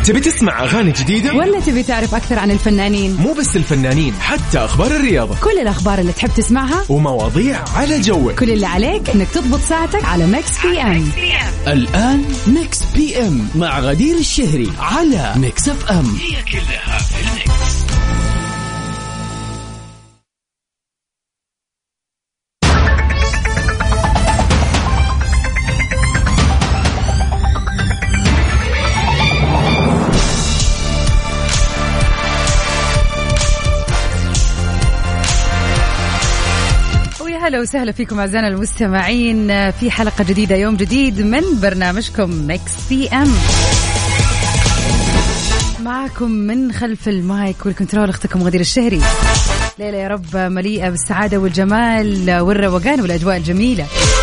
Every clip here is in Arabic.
تبي تسمع أغاني جديدة ولا تبي تعرف أكثر عن الفنانين؟ مو بس الفنانين، حتى أخبار الرياضة، كل الأخبار اللي تحب تسمعها ومواضيع على جوك. كل اللي عليك إنك تضبط ساعتك على ميكس بي ام. الآن ميكس بي ام مع غدير الشهري على ميكس اف ام. هي كلها في الميكس. أهلا وسهلا فيكم أعزائنا المستمعين في حلقة جديدة، يوم جديد من برنامجكم ميكس بي ام. معكم من خلف المايك والكنترول أختكم غدير الشهري. ليلة يا رب مليئة بالسعادة والجمال والروقان والأجواء الجميلة.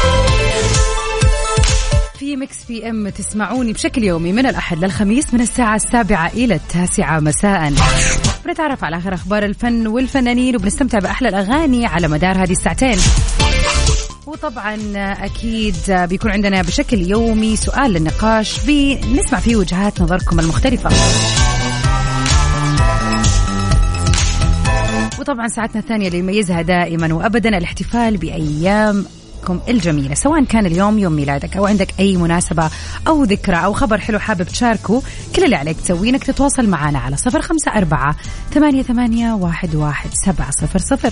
في ميكس بي ام تسمعوني بشكل يومي من الأحد للخميس من الساعة 7 إلى 9 مساء. بنتعرف على آخر أخبار الفن والفنانين وبنستمتع بأحلى الأغاني على مدار هذه الساعتين. وطبعا أكيد بيكون عندنا بشكل يومي سؤال للنقاش بنسمع فيه وجهات نظركم المختلفة. وطبعا ساعتنا الثانية اللي يميزها دائما وأبدا الاحتفال بأيام الجميلة، سواء كان اليوم يوم ميلادك أو عندك أي مناسبة أو ذكرى أو خبر حلو حابب تشاركه. كل اللي عليك تسويه إنك تتواصل معنا على 0548811700.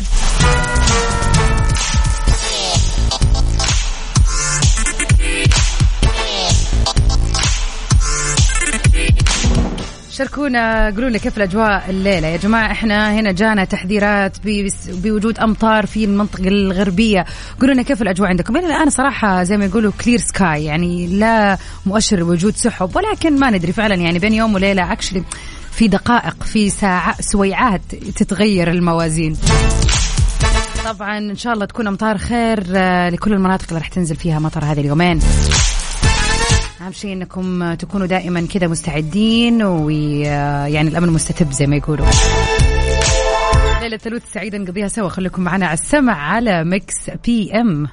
شاركونا، قولوا لنا كيف الأجواء الليلة يا جماعة. إحنا هنا جانا تحذيرات بوجود أمطار في المنطقة الغربية. قولوا لنا كيف الأجواء عندكم. يعني الآن صراحة زي ما يقولوا كلير سكاي، يعني لا مؤشر وجود سحب، ولكن ما ندري فعلا يعني بين يوم وليلة أكشلي في دقائق في ساعات سويعات تتغير الموازين. طبعا إن شاء الله تكون أمطار خير لكل المناطق اللي راح تنزل فيها مطر هذه اليومين. أهم شيء أنكم تكونوا دائما كذا مستعدين ويعني الأمن مستتب زي ما يقولوا. ليلة ثلوث سعيدة نقضيها سوا. خليكم معنا على السمع على ميكس بي ام.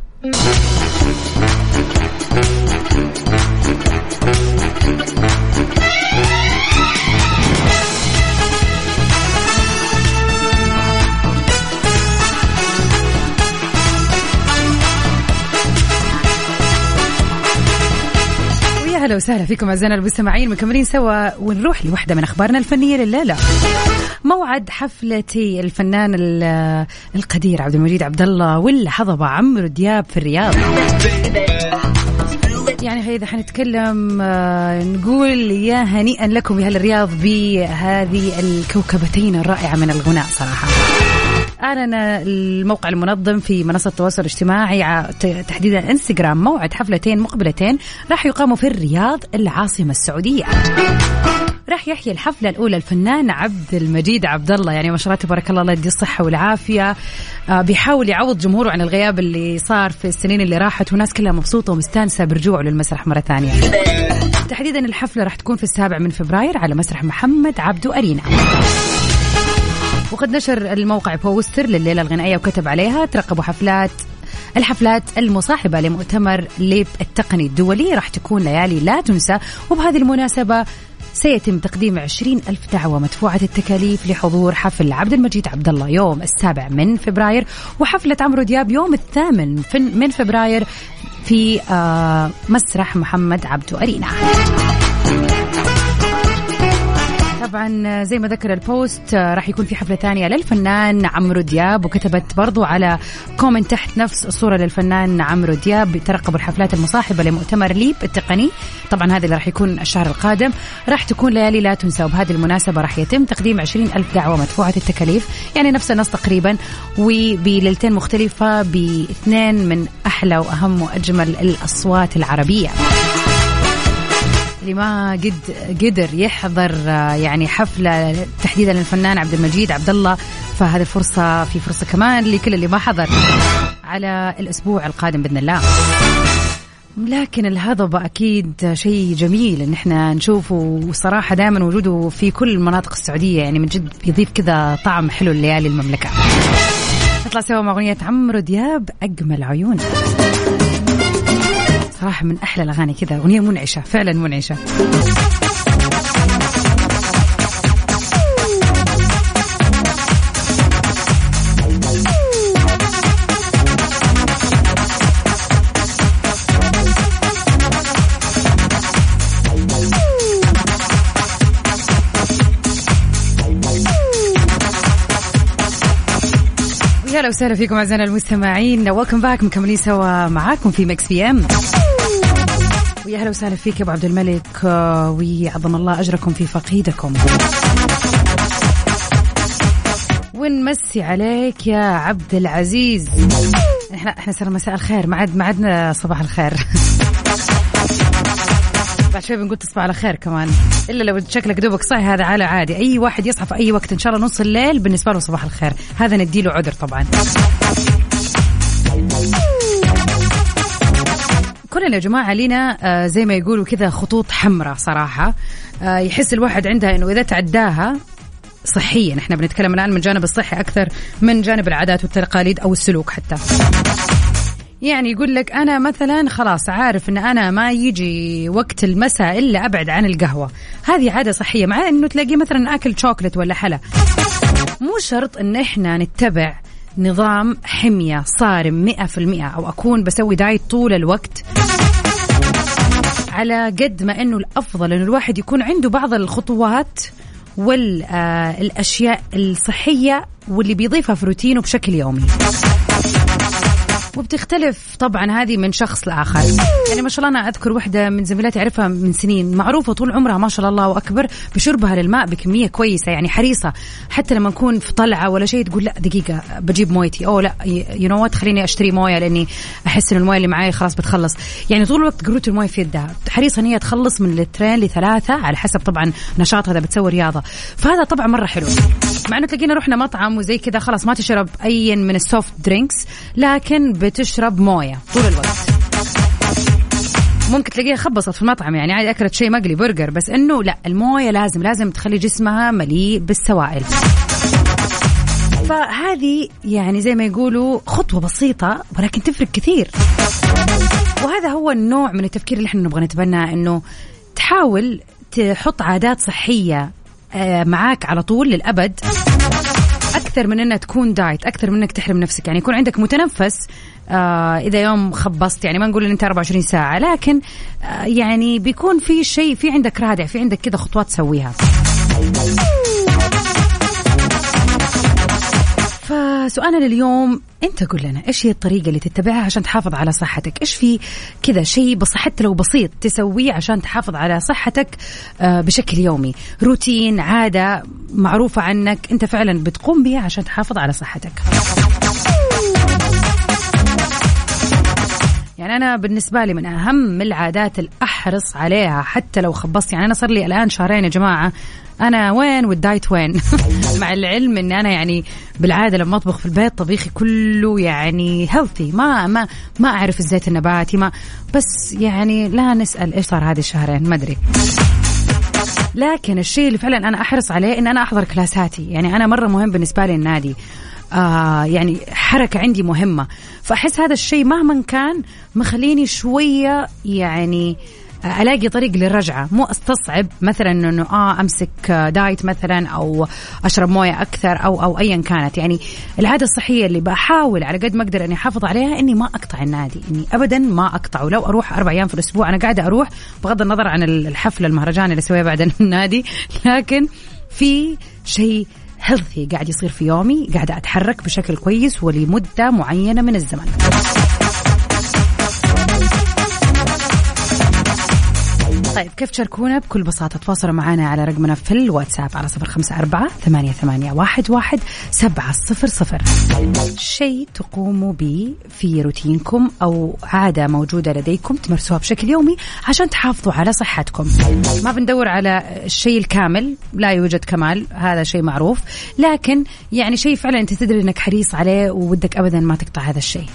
أهلا وسهلا فيكم أعزائنا المستمعين، مكملين سوا ونروح لوحدة من أخبارنا الفنية لليلة. موعد حفلتي الفنان القدير عبد المجيد عبد الله والهضبة عمرو دياب في الرياض. يعني هيدا حنتكلم نقول يا هنيئا لكم يا الرياض بهذه الكوكبتين الرائعة من الغناء صراحة. أعلن الموقع المنظم في منصة التواصل الاجتماعي تحديدا انستغرام موعد حفلتين مقبلتين راح يقاموا في الرياض العاصمة السعودية. راح يحيي الحفلة الأولى الفنان عبد المجيد عبد الله، يعني ما شاء الله تبارك الله يديه الصحة والعافية. بيحاول يعوض جمهوره عن الغياب اللي صار في السنين اللي راحت، والناس كلها مبسوطة ومستانسة برجوعه للمسرح مرة ثانية. تحديدا الحفلة راح تكون في 7 فبراير على مسرح محمد عبدو أرينا. وقد نشر الموقع بوستر لليلة الغنائية وكتب عليها ترقبوا الحفلات المصاحبة لمؤتمر ليب التقني الدولي، راح تكون ليالي لا تنسى. وبهذه المناسبة سيتم تقديم 20,000 دعوة مدفوعة التكاليف لحضور حفل عبد المجيد عبد الله يوم 7 فبراير، وحفلة عمرو دياب يوم 8 فبراير في مسرح محمد عبدو أرينا. طبعا زي ما ذكر البوست راح يكون في حفلة ثانية للفنان عمرو دياب، وكتبت برضو على كومنت تحت نفس الصورة للفنان عمرو دياب ترقبوا الحفلات المصاحبة لمؤتمر ليب التقني. طبعا هذا اللي راح يكون الشهر القادم، راح تكون ليالي لا تنسى. وبهذه المناسبة راح يتم تقديم 20,000 دعوة مدفوعة التكاليف، يعني نفس النص تقريبا، وبليلتين مختلفة باثنين من أحلى وأهم وأجمل الأصوات العربية. اللي ما قدر يحضر يعني حفلة تحديدا للفنان عبد المجيد عبد الله، فهذه الفرصة في فرصة كمان لكل اللي ما حضر على الأسبوع القادم بإذن الله. لكن الهضبة أكيد شيء جميل إن إحنا نشوفه، وصراحة دائما وجوده في كل المناطق السعودية يعني من جد بيضيف كذا طعم حلو ليالي المملكة. نطلع سوا مع أغنية عمرو دياب أجمل عيون. صراحة من أحلى الأغاني كذا، أغنية منعشة فعلا منعشة. يا هلا وسهلا فيكم أعزائنا المستمعين، ويلكم باك، مكملين سوا معاكم في مكس بي ام. ويا هلا وسهلا فيك يا ابو عبد الملك، ويعظم الله اجركم في فقيدكم. ونمسي عليك يا عبد العزيز. احنا صار مساء الخير، ما عدنا صباح الخير. بعد شوي بنقول تصبح على خير كمان، إلا لو شكلك دوبك صاحي هذا على عادي. أي واحد يصحى في أي وقت إن شاء الله نص الليل بالنسبة له صباح الخير، هذا نديله عذر طبعا. كلنا يا جماعة لينا زي ما يقولوا كذا خطوط حمراء صراحة، يحس الواحد عندها إنه إذا تعداها صحيا، احنا بنتكلم الآن من جانب الصحي أكثر من جانب العادات والتقاليد أو السلوك حتى. يعني يقول لك أنا مثلا خلاص عارف أن أنا ما يجي وقت المساء إلا أبعد عن القهوة، هذه عادة صحية. مع أنه تلاقي مثلا أكل شوكولات ولا حلا، مو شرط أن إحنا نتبع نظام حمية صارم 100% أو أكون بسوي دايت طول الوقت. على قد ما أنه الأفضل أنه الواحد يكون عنده بعض الخطوات والأشياء الصحية واللي بيضيفها في روتينه بشكل يومي. وبتختلف طبعا هذه من شخص لآخر. يعني ما شاء الله أنا أذكر واحدة من زميلاتي أعرفها من سنين، معروفة طول عمرها ما شاء الله وأكبر بشربها للماء بكمية كويسة، يعني حريصة. حتى لما نكون في طلعة ولا شيء تقول لا دقيقة بجيب مويتي، أو لا ينوات خليني أشتري موية لأني أحس إن الموية اللي معاي خلاص بتخلص. يعني طول الوقت قروت الموية في يدها، حريصة إن هي تخلص من لترين ل3 على حسب طبعا نشاط، هذا بتسوي رياضة. فهذا طبعا مرة حلو. مع إنه تلاقينا رحنا مطعم وزي كذا خلاص ما تشرب أي من السوفت درينكس، لكن بتشرب موية طول الوقت. ممكن تلاقيها خبصت في المطعم، يعني عادي أكلت شيء مقلي برجر، بس إنه لا، الموية لازم تخلي جسمها مليء بالسوائل. فهذه يعني زي ما يقولوا خطوة بسيطة ولكن تفرق كثير. وهذا هو النوع من التفكير اللي احنا نبغى نتبناه، إنه تحاول تحط عادات صحية معاك على طول للأبد، أكثر من أنها تكون دايت، أكثر من أنك تحرم نفسك. يعني يكون عندك متنفس إذا يوم خبصت، يعني ما نقول أن أنت 24 ساعة، لكن يعني بيكون في شيء، في عندك رادع، في عندك كده خطوات تسويها. فسؤالنا لليوم، أنت قل لنا إيش هي الطريقة اللي تتبعها عشان تحافظ على صحتك؟ إيش في كذا شيء بس حتى لو بسيط تسويه عشان تحافظ على صحتك بشكل يومي؟ روتين، عادة معروفة عنك أنت فعلا بتقوم بها عشان تحافظ على صحتك. يعني أنا بالنسبة لي من أهم العادات اللي أحرص عليها حتى لو خبصت، يعني أنا صار لي الآن 2 شهر يا جماعة أنا وين والدايت وين. مع العلم إن أنا يعني بالعادة لما أطبخ في البيت طبيخي كله يعني healthy، ما أعرف الزيت النباتي، ما بس يعني لا نسأل إيش صار هذه 2 شهر ما أدري. لكن الشيء اللي فعلا أنا أحرص عليه إن أنا أحضر كلاساتي. يعني أنا مرة مهم بالنسبة لي النادي، يعني حركة عندي مهمة. فأحس هذا الشيء مهما كان مخليني شوية يعني ألاقي طريق للرجعة، مو أستصعب مثلا إنه أمسك دايت مثلا أو أشرب موية أكثر أو أيا كانت. يعني العادة الصحية اللي بحاول على قد ما أقدر أني أحافظ عليها إني ما أقطع النادي، إني أبدا ما أقطعه. لو أروح 4 أيام في الأسبوع أنا قاعدة أروح، بغض النظر عن الحفلة المهرجان اللي سويها بعد النادي، لكن في شيء healthy قاعد يصير في يومي، قاعدة أتحرك بشكل كويس ولمدة معينة من الزمن. طيب كيف تشاركونا؟ بكل بساطة تواصلوا معنا على رقمنا في الواتساب على 0548811700. شيء تقوموا به في روتينكم أو عادة موجودة لديكم تمارسوها بشكل يومي عشان تحافظوا على صحتكم. ما بندور على الشيء الكامل، لا يوجد كمال، هذا شيء معروف، لكن يعني شيء فعلا أنت تدري أنك حريص عليه وودك أبدا ما تقطع هذا الشيء.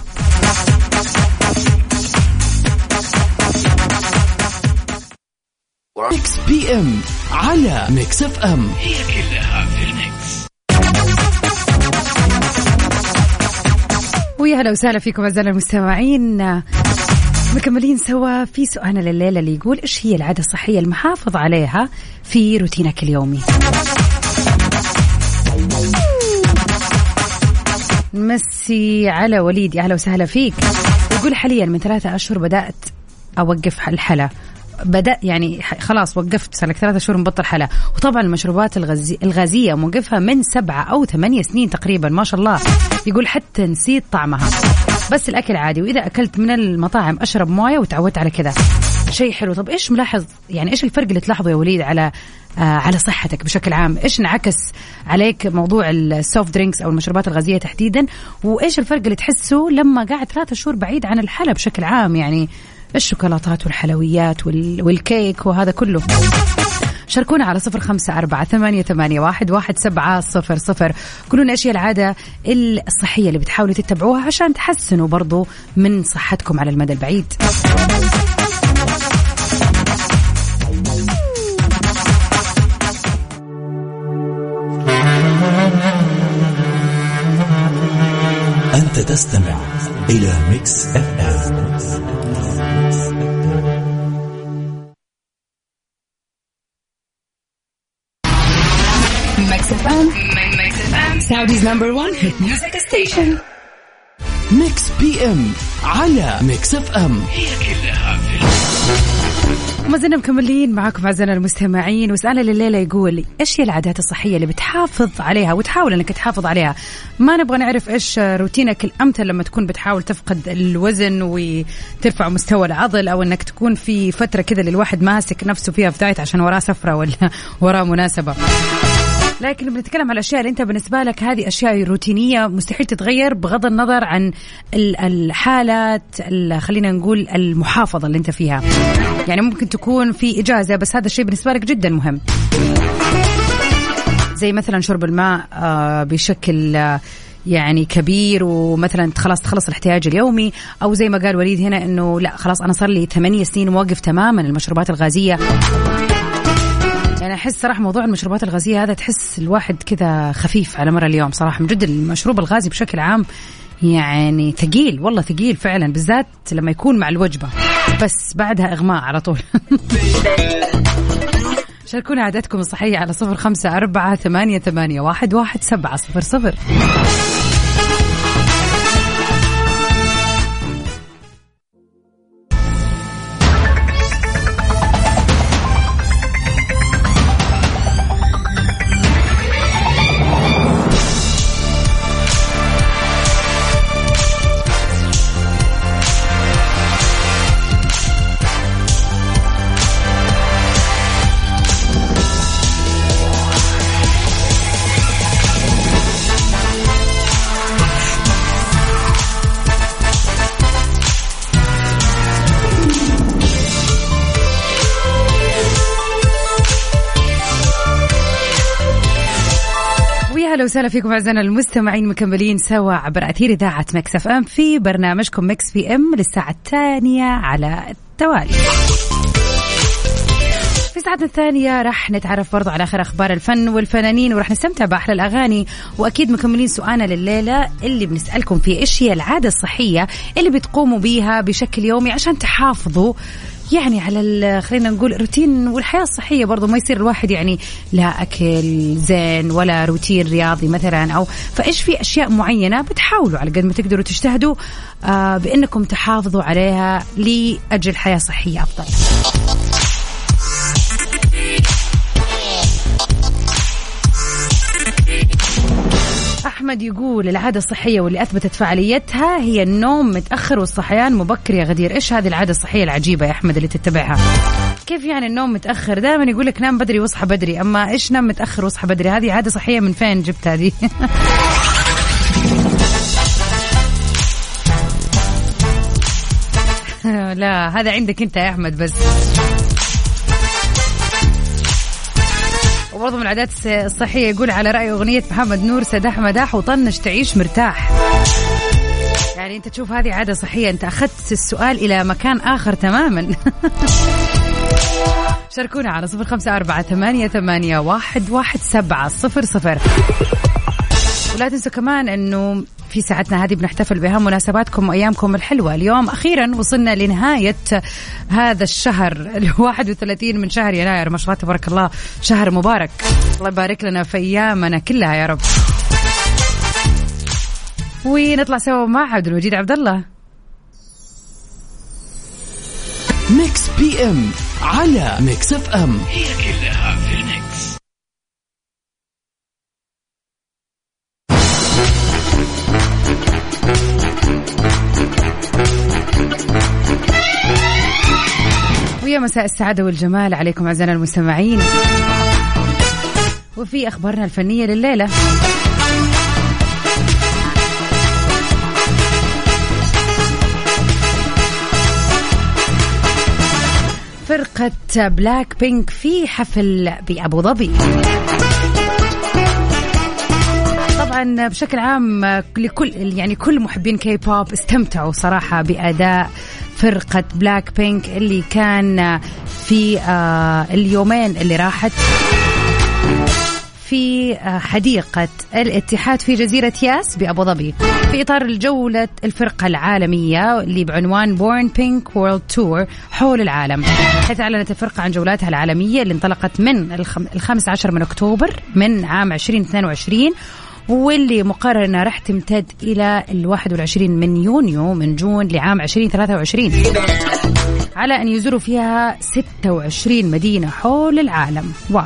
ميكس بي ام على ميكس اف ام، هي كلها في الميكس. ويا هلا وسهلا فيكم أعزائنا المستمعين، مكملين سوا في سؤالنا لليلة اللي يقول إيش هي العادة الصحية المحافظ عليها في روتينك اليومي؟ مسي على وليد، يا هلا وسهلا فيك. يقول حاليا من 3 أشهر بدأت أوقف الحلا، بدأ يعني خلاص وقفت، صار لك 3 شهور مبطل حلا. وطبعا المشروبات الغازية موقفها من 7 أو 8 سنين تقريبا، ما شاء الله. يقول حتى نسيت طعمها، بس الأكل عادي، وإذا أكلت من المطاعم أشرب موية وتعودت على كذا. شيء حلو. طب إيش ملاحظ يعني إيش الفرق اللي تلاحظه يا وليد على صحتك بشكل عام؟ إيش انعكس عليك موضوع السوفت درينكس أو المشروبات الغازية تحديدا؟ وإيش الفرق اللي تحسه لما قاعد 3 شهور بعيد عن الحلا بشكل عام؟ يعني الشوكولاتات والحلويات والكيك وهذا كله. شاركونا على 0548811700. قولونا إيش هي العادة الصحية اللي بتحاولوا تتبعوها عشان تحسنوا برضو من صحتكم على المدى البعيد. أنت تستمع إلى ميكس اف ام. Saudi's number 1 hit music station. ميكس بي ام على ميكس اف ام. هي كلها في ما زلنا مكملين معاكم أعزائنا المستمعين، وسؤالنا لليلة يقول إيش هي العادات الصحية اللي بتحافظ عليها وتحاول أنك تحافظ عليها؟ ما نبغى نعرف إيش روتينك الأمثل لما تكون بتحاول تفقد الوزن وترفع مستوى العضل، أو أنك تكون في فترة كذا للواحد ماسك نفسه فيها في دايت عشان وراه سفرة ولا وراه مناسبة. لكن بنتكلم على الأشياء اللي أنت بالنسبة لك هذه أشياء روتينية مستحيل تتغير بغض النظر عن الحالات، خلينا نقول المحافظة اللي أنت فيها. يعني ممكن تكون في إجازة بس هذا الشيء بالنسبة لك جدا مهم، زي مثلا شرب الماء بشكل يعني كبير، ومثلا خلاص تخلص الاحتياج اليومي، أو زي ما قال وليد هنا إنه لا خلاص أنا صار لي 8 سنين موقف تماما المشروبات الغازية. يعني أحس صراحة موضوع المشروبات الغازية هذا تحس الواحد كذا خفيف على مر اليوم صراحة. من جد المشروب الغازي بشكل عام يعني ثقيل، والله ثقيل فعلا، بالذات لما يكون مع الوجبة، بس بعدها إغماء على طول. شاركونا عاداتكم الصحية على 0548811700. أهلا وسهلا فيكم أعزائنا المستمعين، مكملين سوا عبر أثير إذاعة ميكس اف ام في برنامجكم ميكس بي ام للساعة الثانية على التوالي. في ساعتنا الثانية راح نتعرف برضو على آخر أخبار الفن والفنانين، وراح نستمتع بأحلى الأغاني. وأكيد مكملين سؤالنا لليلة اللي بنسألكم فيه إيش هي العادة الصحية اللي بتقوموا بيها بشكل يومي عشان تحافظوا يعني على خلينا نقول روتين والحياة الصحية. برضو ما يصير الواحد يعني لا أكل زين ولا روتين رياضي مثلا، أو فإيش في أشياء معينة بتحاولوا على قد ما تقدروا تجتهدوا بأنكم تحافظوا عليها لأجل حياة صحية أفضل. أحمد يقول العادة الصحية واللي أثبتت فعاليتها هي النوم متأخر والصحيان مبكر. يا غدير إيش هذه العادة الصحية العجيبة يا أحمد اللي تتبعها؟ كيف يعني النوم متأخر؟ دائما يقول لك نام بدري واصحى بدري، أما إيش نام متأخر واصحى بدري؟ هذه عادة صحية من فين جبتها دي؟ لا هذا عندك أنت يا أحمد بس. وبرضه من العادات الصحية يقول على رأي أغنية محمد نور سداح مداح وطنش تعيش مرتاح. يعني أنت تشوف هذه عادة صحية؟ أنت أخذت السؤال إلى مكان آخر تماما. شاركونا على 0548811700. ولا تنسوا كمان أنه في ساعتنا هذه بنحتفل بأهم مناسباتكم وأيامكم الحلوة. اليوم أخيرا وصلنا لنهاية هذا الشهر 31 من شهر يناير. ما شاء الله تبارك الله، شهر مبارك، الله يبارك لنا في أيامنا كلها يا رب. ونطلع سوا مع عبد المجيد عبد الله. ميكس بي ام على ميكس اف ام. هي كلها في الميكس. ويا مساء السعادة والجمال عليكم أعزائنا المستمعين، وفي أخبارنا الفنية لليلة. فرقة بلاك بينك في حفل بأبو ظبي. طبعا بشكل عام كل محبين كي بوب استمتعوا صراحة بأداء فرقة بلاك بينك اللي كان في اليومين اللي راحت في حديقة الاتحاد في جزيرة ياس بأبو ظبي في إطار الجولة الفرقة العالمية اللي بعنوان Born Pink World Tour حول العالم، حيث أعلنت الفرقة عن جولاتها العالمية اللي انطلقت من 15 من أكتوبر من عام 2022 واللي مقرر أنها رح تمتد إلى 21 من يونيو من جون لعام 2023 على أن يزوروا فيها 26 مدينة حول العالم. واو.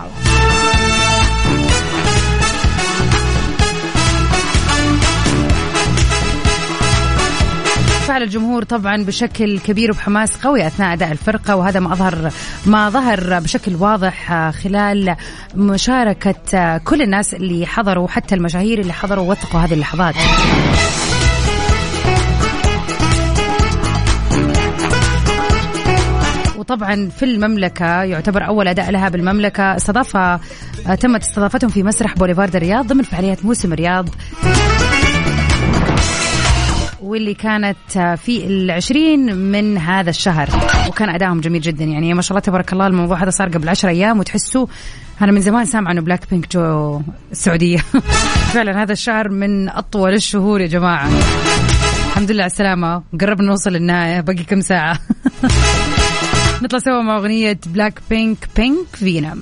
فعل الجمهور طبعا بشكل كبير وبحماس قوي أثناء أداء الفرقة، وهذا ما ظهر بشكل واضح خلال مشاركة كل الناس اللي حضروا، حتى المشاهير اللي حضروا وثقوا هذه اللحظات. وطبعا في المملكة يعتبر أول أداء لها بالمملكة، تمت استضافتهم في مسرح بوليفارد الرياض ضمن فعاليات موسم الرياض، واللي كانت في 20 من هذا الشهر، وكان أدائهم جميل جدا. يعني ما شاء الله تبارك الله، الموضوع هذا صار قبل 10 أيام وتحسوا أنا من زمان سامع أنه بلاك بينك جو السعودية. فعلا هذا الشهر من أطول الشهور يا جماعة. الحمد لله على السلامة، قربنا نوصل للنهاية، باقي كم ساعة. نطلع سوا مع أغنية بلاك بينك فينام.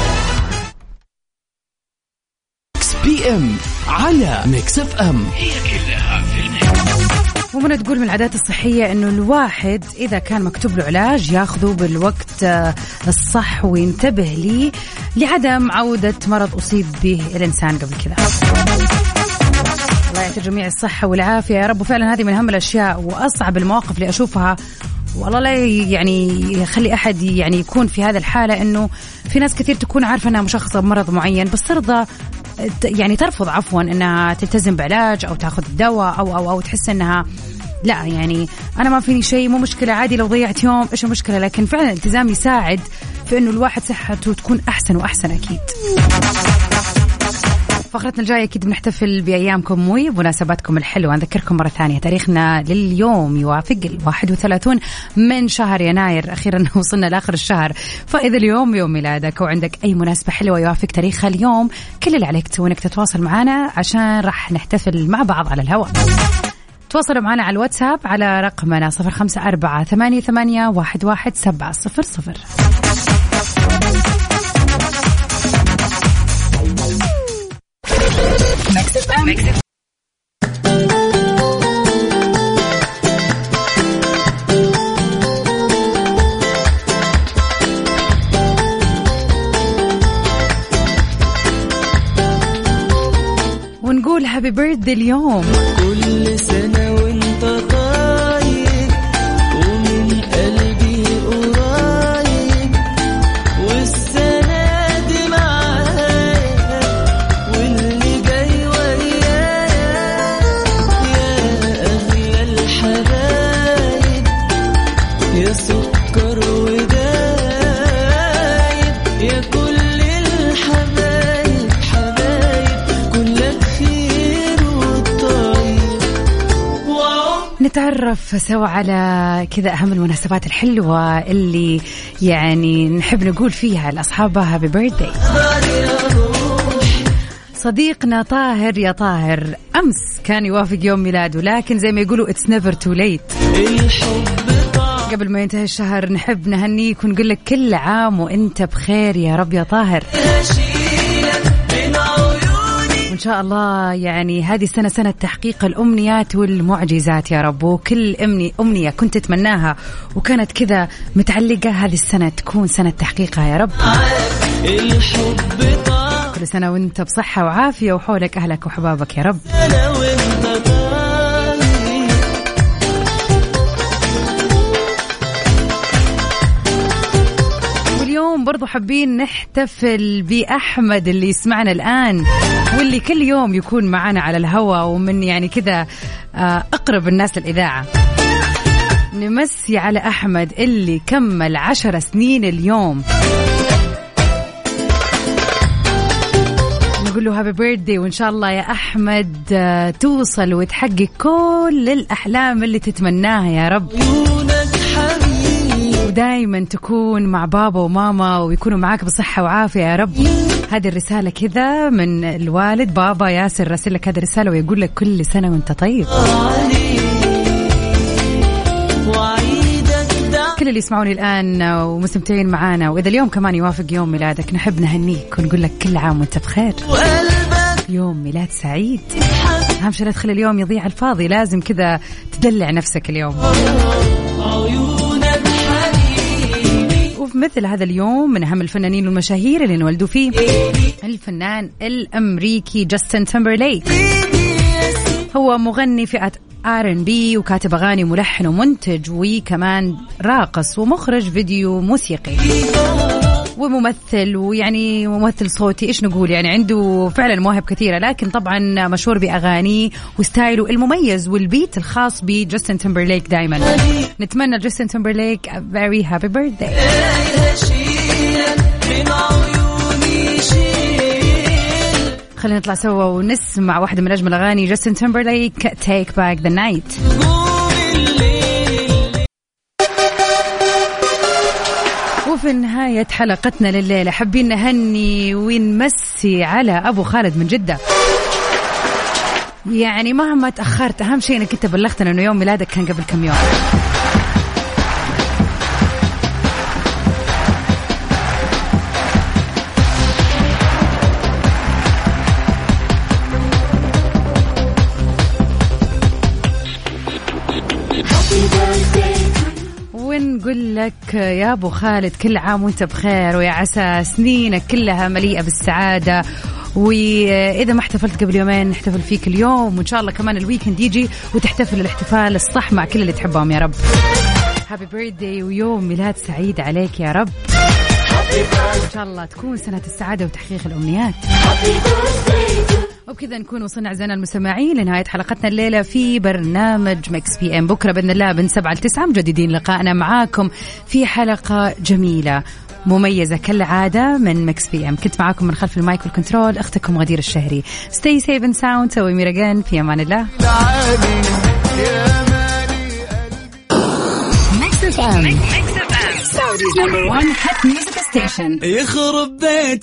بي ام على ميكس اف ام. هي كلها في الميكس. ومن تقول من العادات الصحية أنه الواحد إذا كان مكتوب له علاج ياخذه بالوقت الصح وينتبه لعدم عودة مرض أصيب به الإنسان قبل كذا. الله يعطي جميع الصحة والعافية يا رب. وفعلا هذه من أهم الأشياء وأصعب المواقف اللي أشوفها، والله لا يعني يخلي أحد يعني يكون في هذا الحالة، أنه في ناس كثير تكون عارفة أنها مشخصة بمرض معين بس ترفض عفوا أنها تلتزم بعلاج أو تأخذ الدواء أو تحس أنها لا، يعني أنا ما فيني شيء، مو مشكلة، عادي لو ضيعت يوم، إيش المشكلة؟ لكن فعلا الالتزام يساعد في أنه الواحد صحته تكون أحسن وأحسن أكيد. فقرتنا الجاية أكيد بنحتفل بأيامكم ومناسباتكم الحلوة. نذكركم مرة ثانية تاريخنا لليوم يوافق 31 من شهر يناير. أخيرا وصلنا لآخر الشهر، فإذا اليوم يوم ميلادك وعندك أي مناسبة حلوة يوافق تاريخها اليوم، كل اللي عليك تسوي إنك تتواصل معنا عشان راح نحتفل مع بعض على الهواء. تواصلوا معنا على الواتساب على رقمنا 0548811700. ونقول هابي بيرثدي اليوم. كل سنة وانت طيب ومن قلبي قريب، والسنة دي معايا واللي جاي ويايا، يا أغلى الحبايب يا سكر ودايب، يا كل الحبايب حبايب كلك خير والطيب. نتعرف سوا على كذا أهم المناسبات الحلوة اللي يعني نحب نقول فيها لأصحابها هابي بيرثدي. صديقنا طاهر، يا طاهر أمس كان يوافق يوم ميلاده، لكن زي ما يقولوا it's never too late. قبل ما ينتهي الشهر نحب نهنيك ونقول لك كل عام وانت بخير يا رب يا طاهر، وإن شاء الله يعني هذه السنة سنة تحقيق الأمنيات والمعجزات يا رب. وكل أمنية كنت تتمناها وكانت كذا متعلقة، هذه السنة تكون سنة تحقيقها يا رب. الحب طال كل سنة وانت بصحة وعافية وحولك أهلك وحبابك يا رب. أنا وانت طالي. واليوم برضو حابين نحتفل بأحمد اللي يسمعنا الآن واللي كل يوم يكون معنا على الهواء ومن يعني كذا أقرب الناس للإذاعة. نمسي على أحمد اللي كمل 10 سنين اليوم، نقول له هابي بيرثدي، وإن شاء الله يا أحمد توصل وتحقق كل الأحلام اللي تتمناها يا رب، ودايما تكون مع بابا وماما ويكونوا معاك بصحة وعافية يا رب. هذه الرسالة كذا من الوالد بابا ياسر، رسل لك هذه الرسالة ويقول لك كل سنة وانت طيب. كل اللي يسمعوني الآن ومستمتعين معانا، وإذا اليوم كمان يوافق يوم ميلادك نحب نهنيك ونقول لك كل عام وانت بخير، يوم ميلاد سعيد. أهم شيء لا تخلي اليوم يضيع الفاضي، لازم كذا تدلع نفسك اليوم. وفي مثل هذا اليوم من أهم الفنانين والمشاهير اللي انولدوا فيه الفنان الأمريكي جاستن تيمبرليك. هو مغني فئة R&B وكاتب أغاني وملحن ومنتج وكمان راقص ومخرج فيديو موسيقي وممثل، ويعني ممثل صوتي، إيش نقول يعني عنده فعلا مواهب كثيرة، لكن طبعا مشهور بأغانيه وستايله المميز والبيت الخاص بجاستن تيمبرليك. دايما نتمنى جاستن تيمبرليك a very happy birthday. خلينا نطلع سوا ونسمع واحدة من أجمل أغاني جاستن تيمبرليك Take Back the Night. وفي نهاية حلقتنا لليلة حابين نهني ونمسي على أبو خالد من جدة. يعني مهما تأخرت أهم شيء أنك أنت بلغتنا أنه يوم ميلادك كان قبل كم يوم. ونقول لك يا أبو خالد كل عام وانت بخير، ويا عسى سنينك كلها مليئة بالسعادة، وإذا ما احتفلت قبل يومين نحتفل فيك اليوم، وإن شاء الله كمان الويكند يجي وتحتفل الاحتفال الصح مع كل اللي تحبهم يا رب. هابي بيرثدي ويوم ميلاد سعيد عليك يا رب، إن شاء الله تكون سنة السعادة وتحقيق الأمنيات. وبكذا نكون وصلنا أعزائنا المستمعين لنهاية حلقتنا الليلة في برنامج ميكس بي ام. بكرة بإذن الله من 7 ل 9 مجددين لقائنا معاكم في حلقة جميلة مميزة كالعادة من ميكس بي ام. كنت معاكم من خلف المايك والكنترول أختكم غدير الشهري. Stay safe and sound. سوي ميرجان في أمان الله. ميكس اف ام Saudi's number 1 hit music station. يخرب بيت